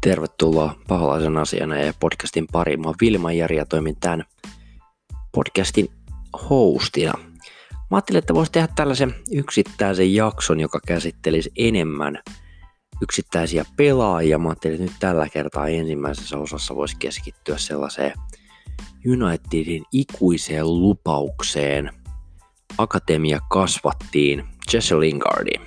Tervetuloa Paholaisen asiana ja podcastin pariin. Mä oon Vilma-Jari ja toimin tämän podcastin hostina. Mä ajattelin, että voisi tehdä tällaisen yksittäisen jakson, joka käsittelisi enemmän yksittäisiä pelaajia. Mä ajattelin, että nyt tällä kertaa ensimmäisessä osassa voisi keskittyä sellaiseen Unitedin ikuiseen lupaukseen. Akatemia kasvattiin Jesse Lingardiin.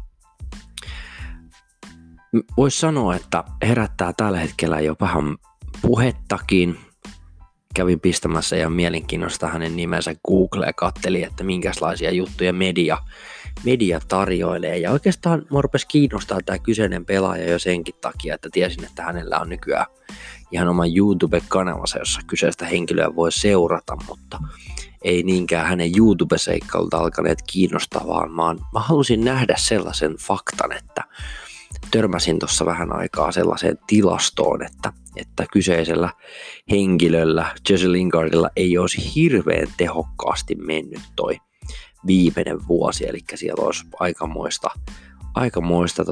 Voisi sanoa, että herättää tällä hetkellä jo vähän puhettakin. Kävin pistämässä ihan mielenkiinnosta hänen nimensä Googleen ja katselin, että minkälaisia juttuja media tarjoilee. Ja oikeastaan mua rupesi kiinnostaa tämä kyseinen pelaaja jo senkin takia, että tiesin, että hänellä on nykyään ihan oma YouTube-kanavansa, jossa kyseistä henkilöä voi seurata, mutta ei niinkään hänen YouTube-seikkailta alkaneet kiinnostaa, vaan mä halusin nähdä sellaisen faktan, että törmäsin tuossa vähän aikaa sellaiseen tilastoon, että kyseisellä henkilöllä, Jesse Lingardilla, ei olisi hirveän tehokkaasti mennyt toi viimeinen vuosi, eli siellä olisi aikamoista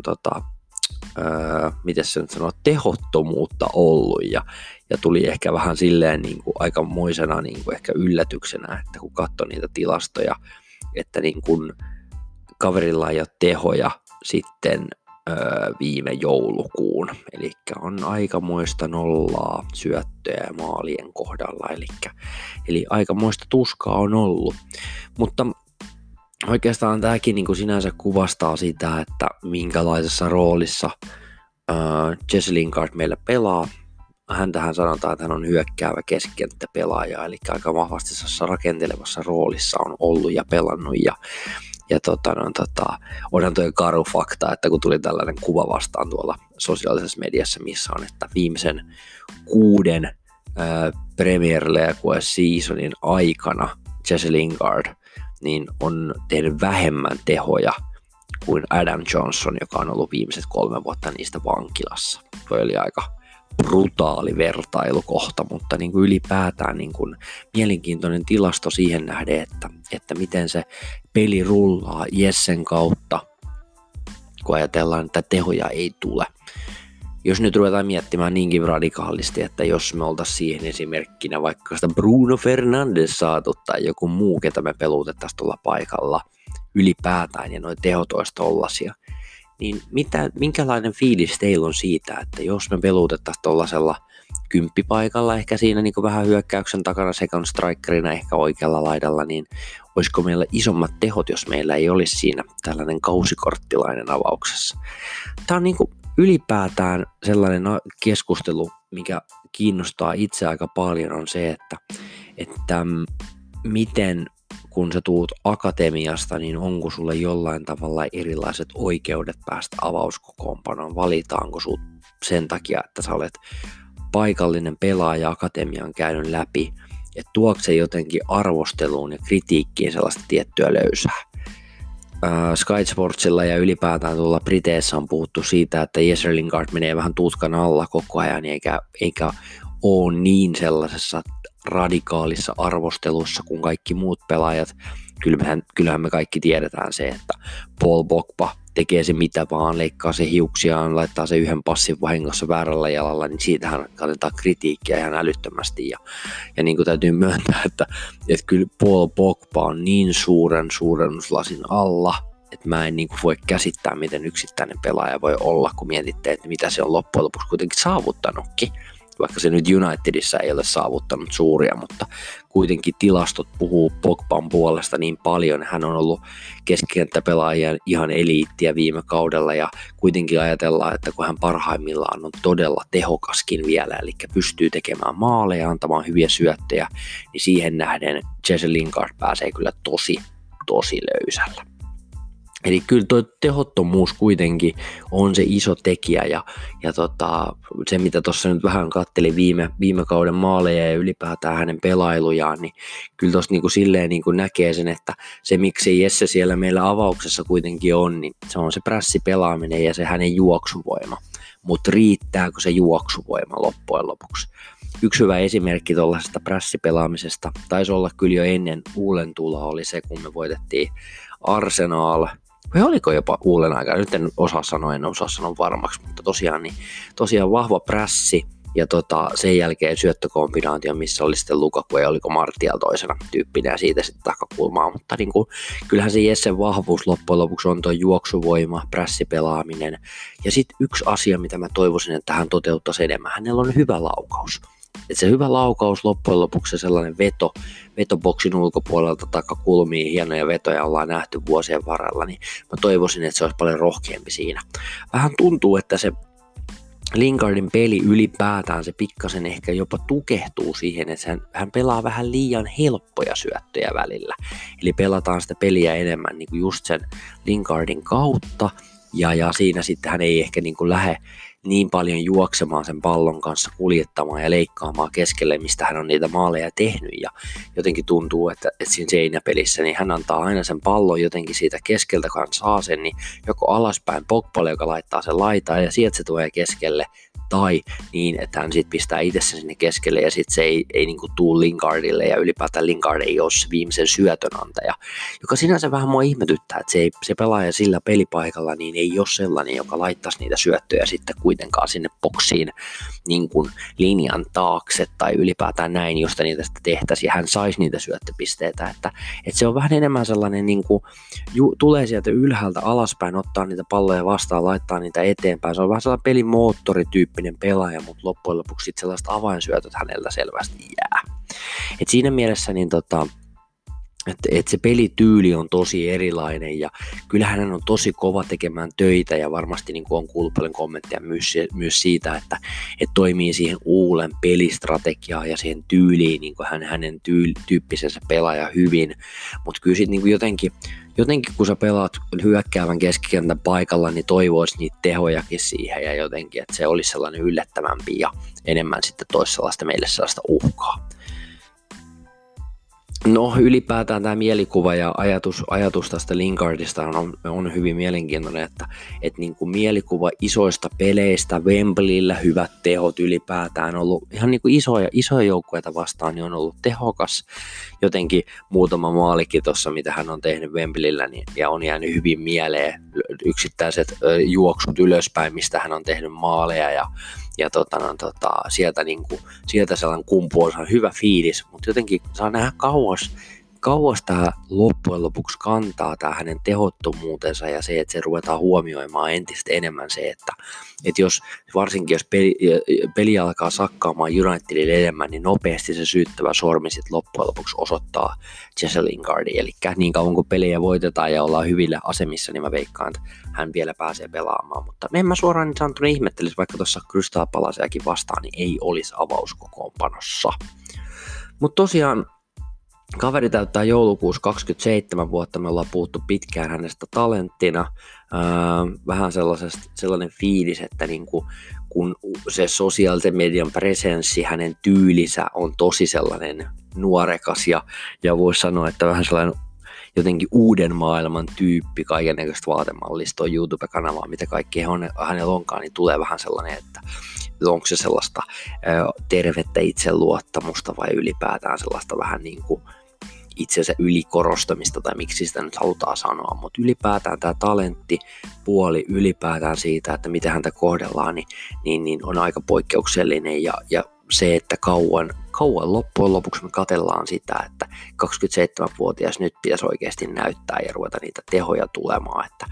miten se nyt sanoo, tehottomuutta ollut, ja tuli ehkä vähän silleen niin kuin aikamoisena niin kuin ehkä yllätyksenä, että kun katsoi niitä tilastoja, että niin kuin kaverilla ei ole tehoja sitten viime joulukuun, eli on aikamoista nollaa syöttöjä ja maalien kohdalla, eli aikamoista tuskaa on ollut, mutta oikeastaan tämäkin niin kuin sinänsä kuvastaa sitä, että minkälaisessa roolissa Jesse Lingard meillä pelaa. Häntähän sanotaan, että hän on hyökkäävä keskikenttäpelaaja, eli aika vahvasti rakentelevassa roolissa on ollut ja pelannut, ja onhan tuo karu fakta, että kun tuli tällainen kuva vastaan tuolla sosiaalisessa mediassa, missä on, että viimeisen 6 Premier League seasonin aikana Jesse Lingard niin on tehnyt vähemmän tehoja kuin Adam Johnson, joka on ollut viimeiset 3 vuotta niistä vankilassa. Toi oli aika brutaali vertailukohta, mutta niin kuin ylipäätään niin kuin mielenkiintoinen tilasto siihen nähden, että miten se peli rullaa Jessen kautta, kun ajatellaan, että tehoja ei tule. Jos nyt ruvetaan miettimään niinkin radikaalisti, että jos me oltaisiin siihen esimerkkinä vaikka sitä Bruno Fernandes saatu tai joku muu, ketä me peluutettaisiin tuolla paikalla ylipäätään ja noin tehot olisi tollasia, niin minkälainen fiilis teillä on siitä, että jos me peluutettaisiin tuollaisella 10 paikalla, ehkä siinä niin kuin vähän hyökkäyksen takana second strikerina ehkä oikealla laidalla, niin olisiko meillä isommat tehot, jos meillä ei olisi siinä tällainen kausikorttilainen avauksessa. Tämä on niin kuin ylipäätään sellainen keskustelu, mikä kiinnostaa itse aika paljon, on se, että miten kun sä tuut akatemiasta, niin onko sulle jollain tavalla erilaiset oikeudet päästä avauskokoonpanoon? Valitaanko sut sen takia, että sä olet paikallinen pelaaja, akatemian käynyt läpi, että tuokse se jotenkin arvosteluun ja kritiikkiin sellaista tiettyä löysää? Sky Sportsilla ja ylipäätään tuolla Briteissä on puhuttu siitä, että Jesse Lingard menee vähän tutkan alla koko ajan, eikä ole niin sellaisessa radikaalissa arvostelussa kuin kaikki muut pelaajat. Kyllähän me kaikki tiedetään se, että Paul Pogba tekee se mitä vaan, leikkaa se hiuksiaan, laittaa se yhden passin vahingossa väärällä jalalla, niin siitähän kannetaan kritiikkiä ihan älyttömästi. Ja niin kuin täytyy myöntää, että kyllä Paul Pogba on niin suuren suurennuslasin alla, että mä en niin kuin voi käsittää, miten yksittäinen pelaaja voi olla, kun mietitte, että mitä se on loppujen lopuksi kuitenkin saavuttanutkin. Vaikka se nyt Unitedissa ei ole saavuttanut suuria, mutta kuitenkin tilastot puhuu Pogban puolesta niin paljon. Hän on ollut keskikenttäpelaajien ihan eliittiä viime kaudella, ja kuitenkin ajatellaan, että kun hän parhaimmillaan on todella tehokaskin vielä, eli pystyy tekemään maaleja ja antamaan hyviä syöttejä, niin siihen nähden Jesse Lingard pääsee kyllä tosi löysällä. Eli kyllä tuo tehottomuus kuitenkin on se iso tekijä, ja se mitä tuossa nyt vähän kattelin viime kauden maaleja ja ylipäätään hänen pelailujaan, niin kyllä tuossa niinku silleen niinku näkee sen, että se miksi Jesse siellä meillä avauksessa kuitenkin on, niin se on se prässipelaaminen ja se hänen juoksuvoima, mutta riittääkö se juoksuvoima loppujen lopuksi? Yksi hyvä esimerkki tuollaisesta prässipelaamisesta taisi olla kyllä jo ennen Uulen tuloa, oli se, kun me voitettiin Arsenal vai oliko jopa Uulen aikana, nyt en osaa sanoa varmaksi, mutta tosiaan vahva prässi, ja sen jälkeen syöttökombinaatio, missä oli sitten Lukaku ja oliko Martial toisena tyyppinä ja siitä sitten takakulmaa, mutta niin kuin, kyllähän se Jessen vahvuus loppujen lopuksi on tuo juoksuvoima, prässipelaaminen, ja sitten yksi asia, mitä mä toivoisin, että hän toteuttaisi enemmän, hänellä on hyvä laukaus. Että se hyvä laukaus loppujen lopuksi sellainen veto boksin ulkopuolelta takakulmiin, hienoja vetoja ollaan nähty vuosien varrella, niin mä toivoisin, että se olisi paljon rohkeampi siinä. Vähän tuntuu, että se Lingardin peli ylipäätään se pikkasen ehkä jopa tukehtuu siihen, että hän pelaa vähän liian helppoja syöttöjä välillä. Eli pelataan sitä peliä enemmän niin kuin just sen Lingardin kautta ja siinä sitten hän ei ehkä niin kuin lähde niin paljon juoksemaan sen pallon kanssa, kuljettamaan ja leikkaamaan keskelle, mistä hän on niitä maaleja tehnyt. Ja jotenkin tuntuu, että siinä seinäpelissä niin hän antaa aina sen pallon jotenkin siitä keskeltä, kun hän saa sen, niin joko alaspäin Pogballe, joka laittaa sen laitaan ja sieltä se tulee keskelle, tai niin, että hän sitten pistää itse sen sinne keskelle ja sitten se ei niinku tuu Lingardille ja ylipäätään Lingard ei ole se viimeisen syötön antaja, joka sinänsä vähän mua ihmetyttää, että se pelaaja sillä pelipaikalla niin ei ole sellainen, joka laittaisi niitä syöttöjä sitten kuitenkaan sinne boksiin niin kuin linjan taakse tai ylipäätään näin, josta niitä sitten tehtäisiin ja hän saisi niitä syöttöpisteitä, että se on vähän enemmän sellainen niin kuin, tulee sieltä ylhäältä alaspäin, ottaa niitä palloja vastaan, laittaa niitä eteenpäin, se on vähän sellainen pelimoottorityyppinen pelaaja, mutta loppujen lopuksi sellaiset avainsyötöt hänellä selvästi jää. Et siinä mielessä niin että se pelityyli on tosi erilainen ja kyllähän hän on tosi kova tekemään töitä ja varmasti niin kuin on kuullut paljon kommentteja myös siitä, että toimii siihen Uulen pelistrategiaan ja siihen tyyliin niin kuin hänen tyyppisensä pelaaja hyvin, mutta kyllä sitten niin jotenkin kun sä pelaat hyökkäävän keskikentän paikalla, niin toivoisi niitä tehojakin siihen ja jotenkin, että se olisi sellainen yllättävämpi ja enemmän sitten toisi sellaista meille sellaista uhkaa. No ylipäätään tämä mielikuva ja ajatus tästä Lingardista on hyvin mielenkiintoinen, että niin kuin mielikuva isoista peleistä, Wembleyllä hyvät tehot ylipäätään on ollut ihan niin kuin isoja joukkueita vastaan, niin on ollut tehokas. Jotenkin muutama maalikin tuossa, mitä hän on tehnyt Wembleyllä, niin, ja on jäänyt hyvin mieleen yksittäiset juoksut ylöspäin, mistä hän on tehnyt maaleja ja sieltä sellainen kumpuus on hyvä fiilis, mutta jotenkin saa nähdä kauas tämä loppujen lopuksi kantaa tämä hänen tehottomuutensa ja se, että se ruvetaan huomioimaan entistä enemmän se, että varsinkin jos peli alkaa sakkaamaan Unitedille enemmän, niin nopeasti se syyttävä sormi sitten loppujen lopuksi osoittaa Jesse Lingardin, eli niin kauan kun pelejä voitetaan ja ollaan hyvillä asemissa, niin mä veikkaan, että hän vielä pääsee pelaamaan, mutta en mä suoraan niin sanottuna ihmettelisi, vaikka tuossa Crystal Palaceakin vastaan, niin ei olisi avauskokoonpanossa. Mutta tosiaan kaveri täyttää joulukuussa 27 vuotta, me ollaan puhuttu pitkään hänestä talenttina, vähän sellainen fiilis, että niinku, kun se sosiaalisen median presenssi, hänen tyylisä on tosi sellainen nuorekas ja voisi sanoa, että vähän sellainen jotenkin uuden maailman tyyppi, kaikennäköistä vaatemallistoa, YouTube-kanavaa, mitä kaikkea hänellä onkaan, niin tulee vähän sellainen, että onko se sellaista tervettä itseluottamusta vai ylipäätään sellaista vähän niin kuin itsensä ylikorostamista tai miksi sitä nyt halutaan sanoa, mutta ylipäätään tämä talenttipuoli ylipäätään siitä, että miten häntä kohdellaan, niin on aika poikkeuksellinen ja se, että kauan loppujen lopuksi me katsellaan sitä, että 27-vuotias nyt pitäisi oikeasti näyttää ja ruveta niitä tehoja tulemaan, että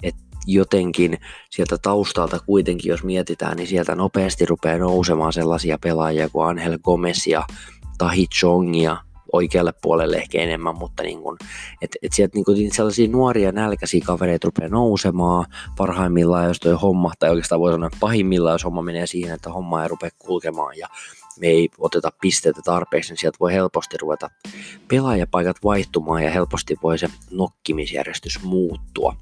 jotenkin sieltä taustalta kuitenkin, jos mietitään, niin sieltä nopeasti rupeaa nousemaan sellaisia pelaajia kuin Angel Gomez ja Tahi Chongia, oikealle puolelle ehkä enemmän, mutta niin kun, sieltä niin sellaisia nuoria nälkäisiä kavereita rupeaa nousemaan parhaimmillaan, jos toi homma, tai oikeastaan voi sanoa pahimmillaan, jos homma menee siihen, että homma ei rupea kulkemaan ja me ei oteta pisteitä tarpeeksi, niin sieltä voi helposti ruveta pelaajapaikat vaihtumaan ja helposti voi se nokkimisjärjestys muuttua.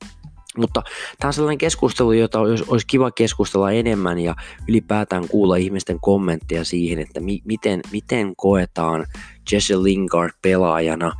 Mutta tämä on sellainen keskustelu, jota olisi kiva keskustella enemmän ja ylipäätään kuulla ihmisten kommentteja siihen, että miten koetaan Jesse Lingard pelaajana,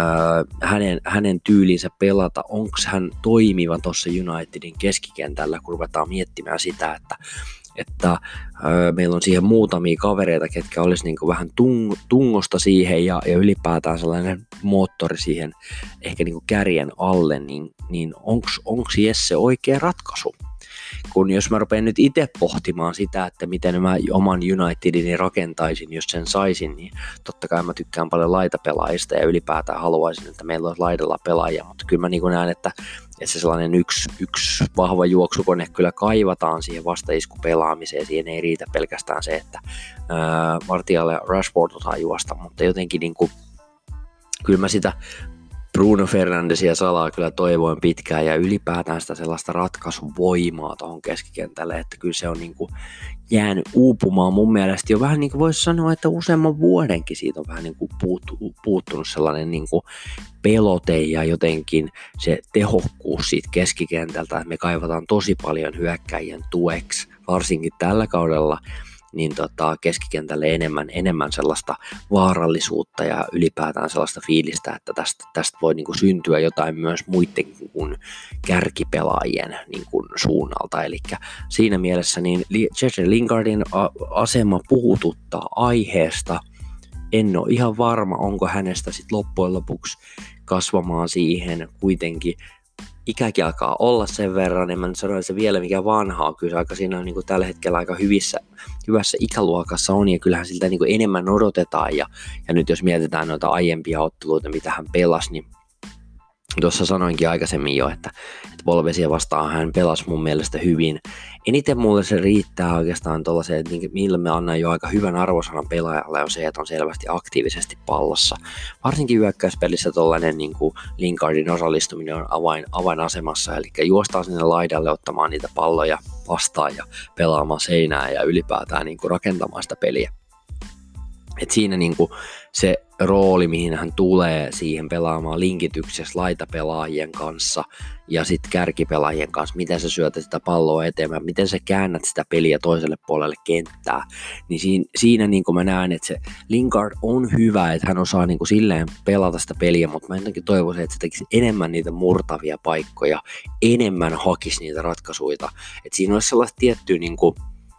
hänen tyylinsä pelata, onko hän toimiva tuossa Unitedin keskikentällä, kun ruvetaan miettimään sitä, että että meillä on siihen muutamia kavereita, ketkä olisi niin kuin vähän tungosta siihen ja ylipäätään sellainen moottori siihen ehkä niin kuin kärjen alle, niin onko Jesse oikea ratkaisu? Kun jos mä rupean nyt itse pohtimaan sitä, että miten mä oman Unitedini rakentaisin, jos sen saisin, niin totta kai mä tykkään paljon laitapelaajista ja ylipäätään haluaisin, että meillä olisi laidalla pelaajia, mutta kyllä mä niin kuin näen, että se sellainen yksi vahva juoksukone kyllä kaivataan siihen vastaiskupelaamiseen, siihen ei riitä pelkästään se, että Martial ja Rashford osaa juosta, mutta jotenkin niin kuin, kyllä mä sitä Bruno Fernandesia Salaa kyllä toivoin pitkään ja ylipäätään sitä sellaista ratkaisuvoimaa tuohon keskikentälle, että kyllä se on niin kuin jäänyt uupumaan mun mielestä jo vähän niin kuin voisi sanoa, että useamman vuodenkin siitä on vähän niin kuin puuttunut sellainen niin kuin pelote ja jotenkin se tehokkuus siitä keskikentältä, että me kaivataan tosi paljon hyökkäjien tueksi, varsinkin tällä kaudella, niin keskikentälle enemmän sellaista vaarallisuutta ja ylipäätään sellaista fiilistä, että tästä voi niin kuin syntyä jotain myös muiden kuin kärkipelaajien niin kuin suunnalta. Eli siinä mielessä niin Jesse Lingardin asema puhututtaa aiheesta. En ole ihan varma, onko hänestä sitten loppujen lopuksi kasvamaan siihen kuitenkin. Ikäkin alkaa olla sen verran, en mä nyt sano, että se vielä mikä vanhaa, kyllä se aika siinä on niin kuin tällä hetkellä aika hyvässä ikäluokassa on, ja kyllähän siltä niin kuin enemmän odotetaan, ja nyt jos mietitään noita aiempia otteluita, mitä hän pelasi, niin tuossa sanoinkin aikaisemmin jo, että Wolvesia vastaan hän pelasi mun mielestä hyvin. Eniten mulle se riittää oikeastaan tuollaiseen, että millä me annan jo aika hyvän arvosanan pelaajalle, on se, että on selvästi aktiivisesti pallossa. Varsinkin hyökkäyspelissä tuollainen niin kuin Lingardin osallistuminen on avainasemassa, eli juostaan sinne laidalle ottamaan niitä palloja vastaan ja pelaamaan seinää ja ylipäätään niin kuin rakentamaan sitä peliä. Et siinä niinku se rooli, mihin hän tulee siihen pelaamaan linkityksessä laitapelaajien kanssa ja sitten kärkipelaajien kanssa, miten sä syötät sitä palloa eteenpäin, miten sä käännät sitä peliä toiselle puolelle kenttää, niin siinä niinku mä näen, että se Lingard on hyvä, että hän osaa niinku silleen pelata sitä peliä, mutta mä jotenkin toivoisin, että se tekisi enemmän niitä murtavia paikkoja, enemmän hakisi niitä ratkaisuja, että siinä olisi sellaista tiettyä niinku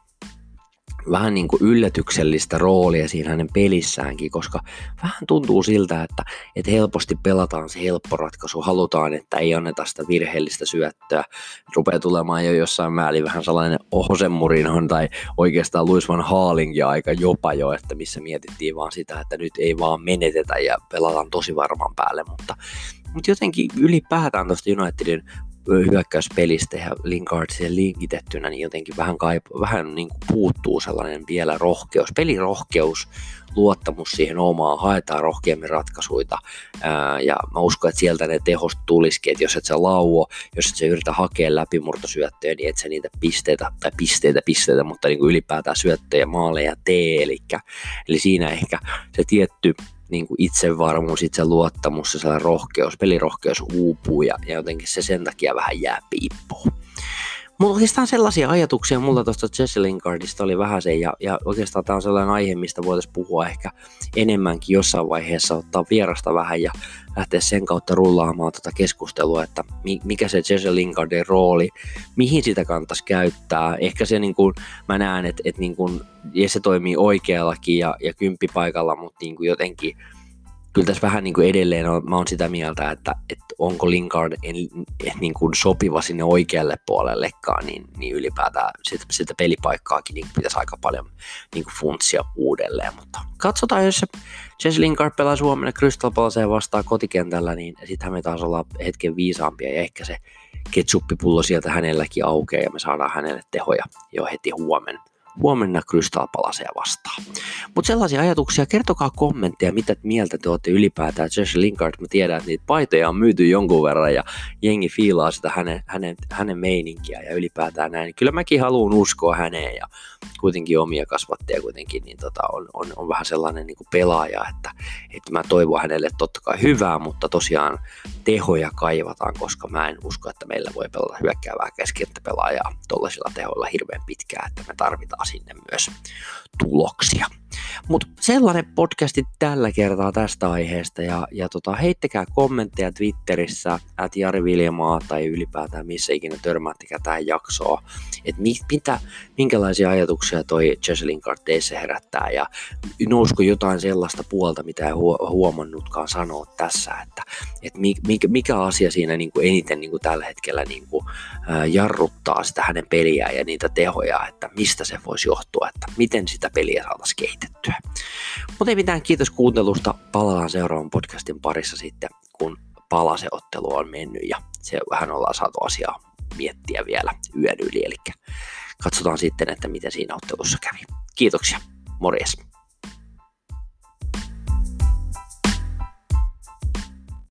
vähän niin kuin yllätyksellistä roolia siinä hänen pelissäänkin, koska vähän tuntuu siltä, että helposti pelataan se helppo ratkaisu, halutaan, että ei anneta sitä virheellistä syöttöä, rupeaa tulemaan jo jossain määrin vähän sellainen Jose Mourinhon tai oikeastaan Louis van Gaalinkin aika jopa jo, että missä mietittiin vaan sitä, että nyt ei vaan menetetä ja pelataan tosi varman päälle, mutta jotenkin ylipäätään tuosta Unitedin hyökkäyspelistä ja Lingard siihen linkitettynä, niin jotenkin vähän niin kuin puuttuu sellainen vielä pelirohkeus, luottamus siihen omaan, haetaan rohkeammin ratkaisuita, ja mä uskon, että sieltä ne tehot tulisikin, että jos et sä lauo, jos et sä yritä hakea läpimurtosyöttöjä, niin et sä niitä pisteitä, mutta niin kuin ylipäätään syöttöjä, maaleja tee, eli siinä ehkä se tietty niin kuin itsevarmuus, itseluottamus ja sellainen pelirohkeus uupuu ja jotenkin se sen takia vähän jää piippuun. Mutta oikeastaan sellaisia ajatuksia mulla tuosta Jesse Lingardista oli vähän se, ja oikeastaan tämä on sellainen aihe, mistä voitaisiin puhua ehkä enemmänkin jossain vaiheessa, ottaa vierasta vähän ja lähteä sen kautta rullaamaan tuota keskustelua, että mikä se Jesse Lingardin rooli, mihin sitä kannattaisi käyttää. Ehkä se, niin kuin, mä näen, että niin kuin Jesse toimii oikeallakin ja kymppipaikalla, mutta niin kuin jotenkin kyllä tässä vähän niin kuin edelleen mä oon sitä mieltä, että onko Lingard niin kuin sopiva sinne oikealle puolellekaan, niin ylipäätään sitä pelipaikkaakin niin pitäisi aika paljon niin kuin funtsia uudelleen. Mutta katsotaan, jos se Jesse Lingard pelaa huomenna Crystal Palacea vastaan kotikentällä, niin sittenhän me taas ollaan hetken viisaampia ja ehkä se ketsuppipullo sieltä hänelläkin aukeaa ja me saadaan hänelle tehoja jo heti huomenna Crystal Palacea vastaan. Mutta sellaisia ajatuksia, kertokaa kommentteja, mitä mieltä te olette ylipäätään Jesse Lingard. Mä tiedän, että niitä paitoja on myyty jonkun verran ja jengi fiilaa sitä hänen meininkiä ja ylipäätään näin. Kyllä mäkin haluan uskoa häneen ja kuitenkin omia kasvatteja kuitenkin niin on vähän sellainen niin kuin pelaaja, että mä toivon hänelle totta kai hyvää, mutta tosiaan tehoja kaivataan, koska mä en usko, että meillä voi pelata hyökkäävää keskikenttäpelaajaa tuollaisilla tehoilla hirveän pitkään, että me tarvitaan sinne myös tuloksia. Mutta sellainen podcasti tällä kertaa tästä aiheesta ja heittäkää kommentteja Twitterissä @jariviljamaa tai ylipäätään missä ikinä törmäättekään tähän jaksoon, että minkälaisia ajatuksia toi Jesse Lingard teissä herättää ja nousko jotain sellaista puolta, mitä ei huomannutkaan sanoa tässä, että mikä asia siinä niin kuin eniten niin kuin tällä hetkellä niin kuin, jarruttaa sitä hänen peliään ja niitä tehoja, että mistä se voisi johtua, että miten sitä peliä saataisiin kehitettyä. Mutta ei mitään, kiitos kuuntelusta. Palataan seuraavan podcastin parissa sitten, kun palaseottelu on mennyt ja se vähän ollaan saatu asiaa miettiä vielä yön yli, eli katsotaan sitten, että miten siinä ottelussa kävi. Kiitoksia, morjes!